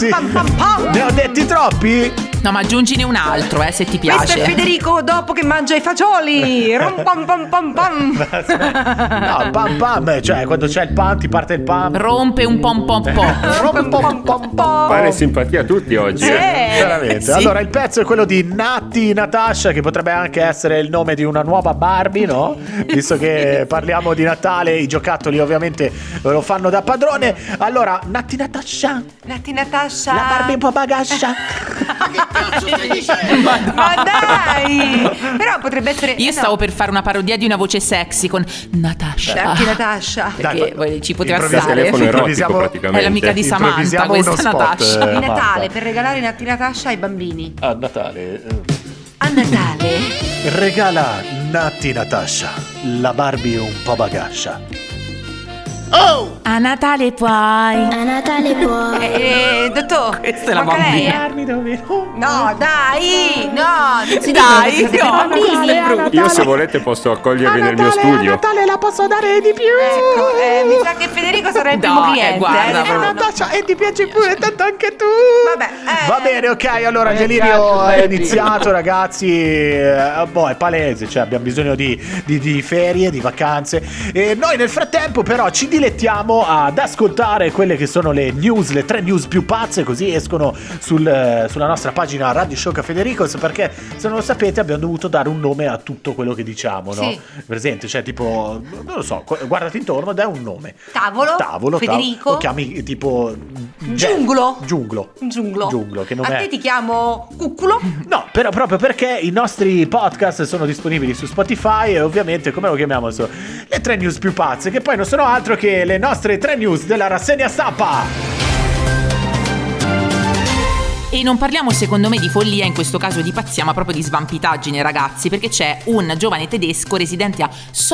Sì. Ne ho detti troppi? No, ma aggiungine un altro, se ti piace. Questo è Federico dopo che mangia i fagioli. Rom pam pam pam pam. No, pam pam, cioè quando c'è il pam ti parte il pam. Rompe un pom pom pom. Rom pom pom pom. Fare simpatia a tutti oggi. Veramente. Sì. Allora il pezzo è quello di Natti Natasha, che potrebbe anche essere il nome di una nuova Barbie, no? Visto che parliamo di Natale, i giocattoli ovviamente lo fanno da padrone. Allora, Natti Natasha, Natti Natasha. la Barbie un po' bagascia. Ma dai. Però potrebbe essere. Io stavo per fare una parodia di una voce sexy con Natasha. Natti Natasha. Perché Dai, ci poteva improvvisa- stare. Telefono erotico Improvvisiamo- praticamente. È l'amica di Samantha, Improvvisiamo questa uno spot, Natasha. Di Natale, Marta. per regalare Natti Natasha ai bambini. A Natale A Natale. regala Natti Natasha, la Barbie un po' bagascia. A Natale puoi. A Natale puoi. Dottor. Questa è la ma che è? bambina. No, dai. No, non si Dai, dicono queste no, bambini. Io se volete posso accogliervi nel mio studio. Natale la posso dare di più. Ecco, mi sa che Federico sarà il primo No, cliente. guarda, No, no. Natasha, e ti piace pure tanto anche tu. Vabbè, Va bene, ok, allora Gelirio è iniziato, ragazzi. Boh, è palese, cioè abbiamo bisogno di ferie, di vacanze. E noi nel frattempo però ci dilettiamo ad ascoltare quelle che sono le news, le 3 news più pazze, così escono sulla nostra pagina Radio Show Federicos, perché se non lo sapete abbiamo dovuto dare un nome a tutto quello che diciamo, no? Sì. Presente, cioè tipo, non lo so, guardati intorno ed è un nome. Tavolo. Federico. Lo chiami tipo Giunglo. Giunglo, che A nome te è? ti chiamo Cucculo. No, però proprio perché i nostri podcast sono disponibili su Spotify e ovviamente, come lo chiamiamo, le 3 news più pazze, che poi non sono altro che le nostre 3 news della rassegna stampa. E non parliamo secondo me di follia, in questo caso di pazzia, ma proprio di svampitaggine, ragazzi, perché c'è un giovane tedesco residente a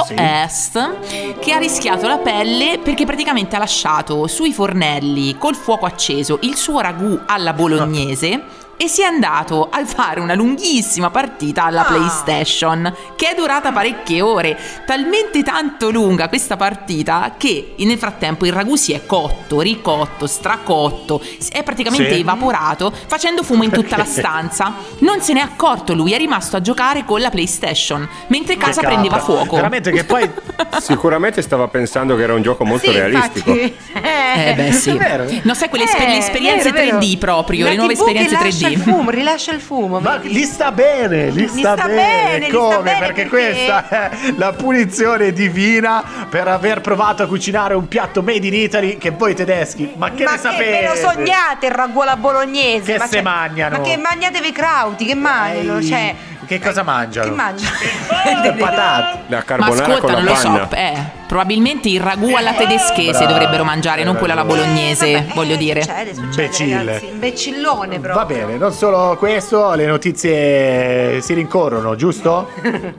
Soest che ha rischiato la pelle perché praticamente ha lasciato sui fornelli col fuoco acceso il suo ragù alla bolognese e si è andato a fare una lunghissima partita alla PlayStation che è durata parecchie ore, talmente tanto lunga questa partita che nel frattempo il ragù si è cotto, ricotto, stracotto, è praticamente evaporato, facendo fumo in tutta la stanza. Non se n'è accorto lui, è rimasto a giocare con la PlayStation mentre casa prendeva fuoco. Veramente che poi Sicuramente stava pensando che era un gioco molto realistico. Beh sì. È vero. No, sai quelle le esperienze vero. 3D proprio, La le nuove TV che esperienze lascia 3D. il fumo, rilascia il fumo. ma vedi? gli sta bene, Gli sta bene, come? perché- Perché questa è la punizione divina per aver provato a cucinare un piatto made in Italy che voi tedeschi, ma che Ma ne che sapete? ve lo sognate il ragù alla bolognese? Che Ma se mangiano? Ma che mangiatevi i crauti, che mangiano? Cioè, che cosa mangiano? che mangiano? Patate. La Ma carbonara con ascolta, la non lo panna. so, probabilmente il ragù alla tedeschese dovrebbero mangiare, non quella alla bolognese, voglio dire. Succede, Imbecille. ragazzi, imbecillone proprio. Va bene, non solo questo, le notizie si rincorrono, giusto?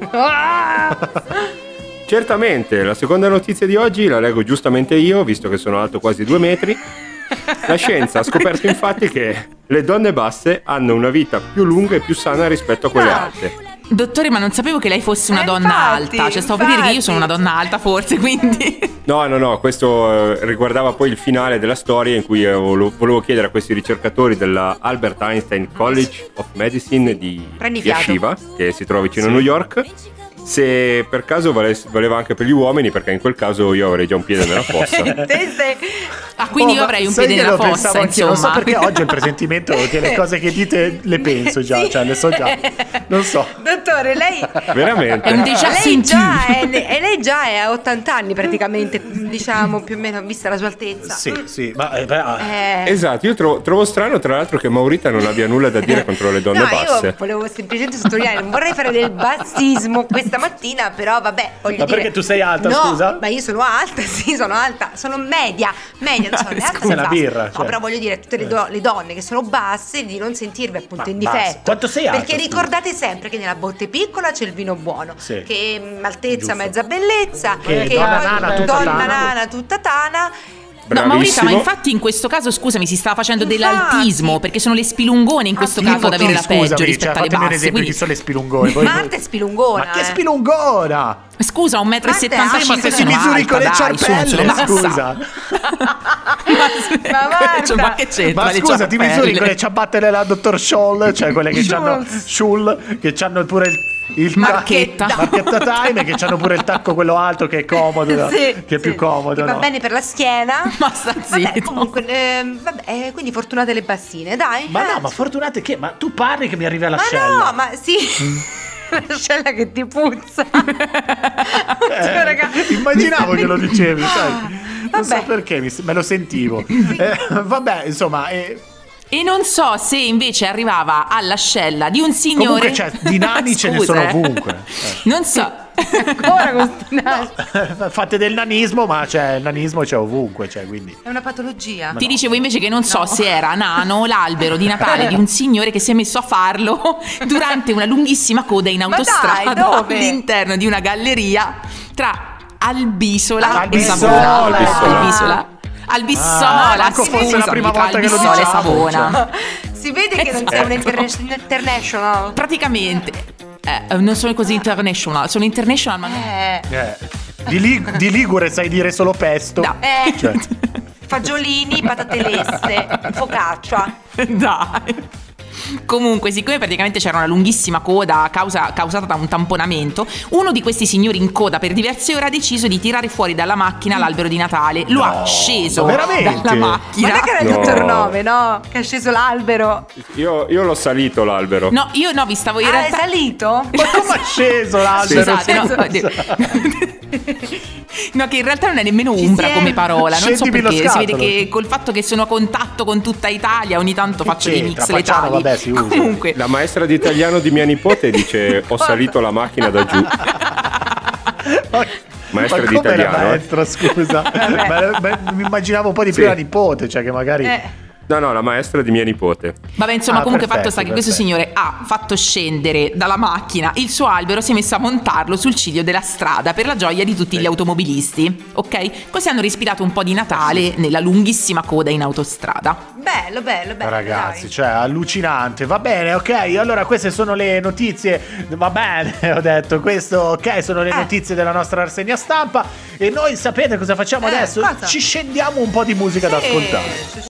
Ah! Certamente, la seconda notizia di oggi la leggo giustamente io, visto che sono alto quasi 2 metri. La scienza ha scoperto infatti che le donne basse hanno una vita più lunga e più sana rispetto a quelle alte. Dottore, ma non sapevo che lei fosse una donna infatti, alta, cioè stavo per dire che io sono una donna alta forse, quindi... No, questo riguardava poi il finale della storia in cui volevo chiedere a questi ricercatori della Albert Einstein College of Medicine di Prendi fiato. Yeshiva, che si trova vicino a New York, se per caso valeva anche per gli uomini, perché in quel caso io avrei già un piede nella fossa. Te sei... Ah, quindi io avrei un sai piede che nella lo pensavo fossa, anch'io, insomma. non so perché oggi ho il presentimento che le cose che dite le penso già, Sì. cioè le so già. Non so. Dottore, lei... Veramente? È un déjà Lei già, senti. lei già è a 80 anni praticamente, diciamo, più o meno, vista la sua altezza. Sì, ma Esatto, io trovo strano tra l'altro che Maurita non abbia nulla da dire contro le donne No, basse. io volevo semplicemente sottolineare, non vorrei fare del bassismo questa mattina, però vabbè, voglio Ma dire. perché tu sei alta, no, scusa? Ma io sono alta, sì, sono alta, sono media, non sono né alta Scusa, né una bassa. birra, No, cioè. però voglio dire, tutte le donne che sono basse, di non sentirvi appunto Ma in bassa. difetto. Quanto sei alta, Perché scusa? ricordate sempre che nella botte piccola c'è il vino buono, Sì. che altezza Giusto. mezza bellezza, Che che donna poi nana, tutta donna tana. nana, tutta tana. No, Maurita, ma Bravissimo. infatti in questo caso, scusami, si stava facendo Infatti. dell'altismo, perché sono le spilungone in questo Tipo caso ad avere chi, la peggio scusami, rispetto cioè, alle fatemi un basse. esempio Quindi, chi sono le spilungone. Marta è spilungona. Ma che spilungona? scusa, 1,75 Marta è alta, m Ma se si sono misuri alta, con le dai, ciarpelle, sono bassa. scusa. Ma Cioè, ma che c'entra? Ma le scusa, ti misuri ciabatte? con le ciabatte della Dottor Scholl, cioè quelle che c'hanno Schul, che c'hanno pure il Marchetta Time, che c'hanno pure il tacco quello alto che è comodo, che è più comodo, va no? bene per la schiena. Ma sta Vabbè, zitto. comunque, quindi fortunate le bassine, dai. Ma no, ma fortunate che, ma tu parli che mi arriva Ma l'ascella. no, ma sì. L'ascella che ti puzza. Oddio, raga. Immaginavo che lo dicevi, sai. Non so Vabbè. perché me lo sentivo. Vabbè, insomma, E non so se invece arrivava all'ascella di un signore. comunque cioè, di nani ce ne Scusa, sono ovunque. Non so. Ancora con sti nasi. Fate del nanismo, ma il nanismo c'è ovunque, cioè, quindi. È una patologia. Ti dicevo invece che non so se era nano l'albero di Natale di un signore che si è messo a farlo durante una lunghissima coda in dai, autostrada dove? all'interno di una galleria tra Albisola e Albisola. Savona. Albisola. Albisola, manco fosse la prima volta che lo Albisola e diciamo, Savona. Si vede che non sei un international. Praticamente non sono così international, sono international ma Di Ligure sai dire solo pesto. No. Cioè. Fagiolini, patate lesse, focaccia. Dai. Comunque, siccome praticamente c'era una lunghissima coda causata da un tamponamento, uno di questi signori in coda per diverse ore ha deciso di tirare fuori dalla macchina l'albero di Natale. Lo ha sceso veramente? dalla macchina. Ma non è che era il No. dottor Nove, no? Che ha sceso l'albero. Io l'ho salito l'albero. No, io no, vi stavo in Ah, è realtà. salito? Ma come ha sceso l'albero? Scusate, no, no, che in realtà non è nemmeno umbra Si è- come parola. Non so Scendimi lo perché. Si vede scatolo. che col fatto che sono a contatto con tutta Italia, ogni tanto faccio dei c'entra? mix Pacciano, letali. vabbè, si usa. Comunque, La maestra di italiano di mia nipote dice ho salito la macchina da giù. Maestra Ma di come italiano, la maestra, scusa? Mi immaginavo un po' di più Sì. la nipote, cioè che magari. No, la maestra di mia nipote. vabbè, insomma, comunque perfetto, fatto sta che questo perfetto. signore ha fatto scendere dalla macchina il suo albero, si è messo a montarlo sul ciglio della strada per la gioia di tutti gli automobilisti, ok? Così hanno respirato un po' di Natale nella lunghissima coda in autostrada. Bello, bello, bello. Ragazzi, dai. cioè allucinante. Va bene, ok. Allora queste sono le notizie. Va bene, ho detto questo. Ok, sono le notizie della nostra rassegna stampa. E noi sapete cosa facciamo adesso? cosa? Ci scendiamo un po' di musica da Sì, ascoltare. sì,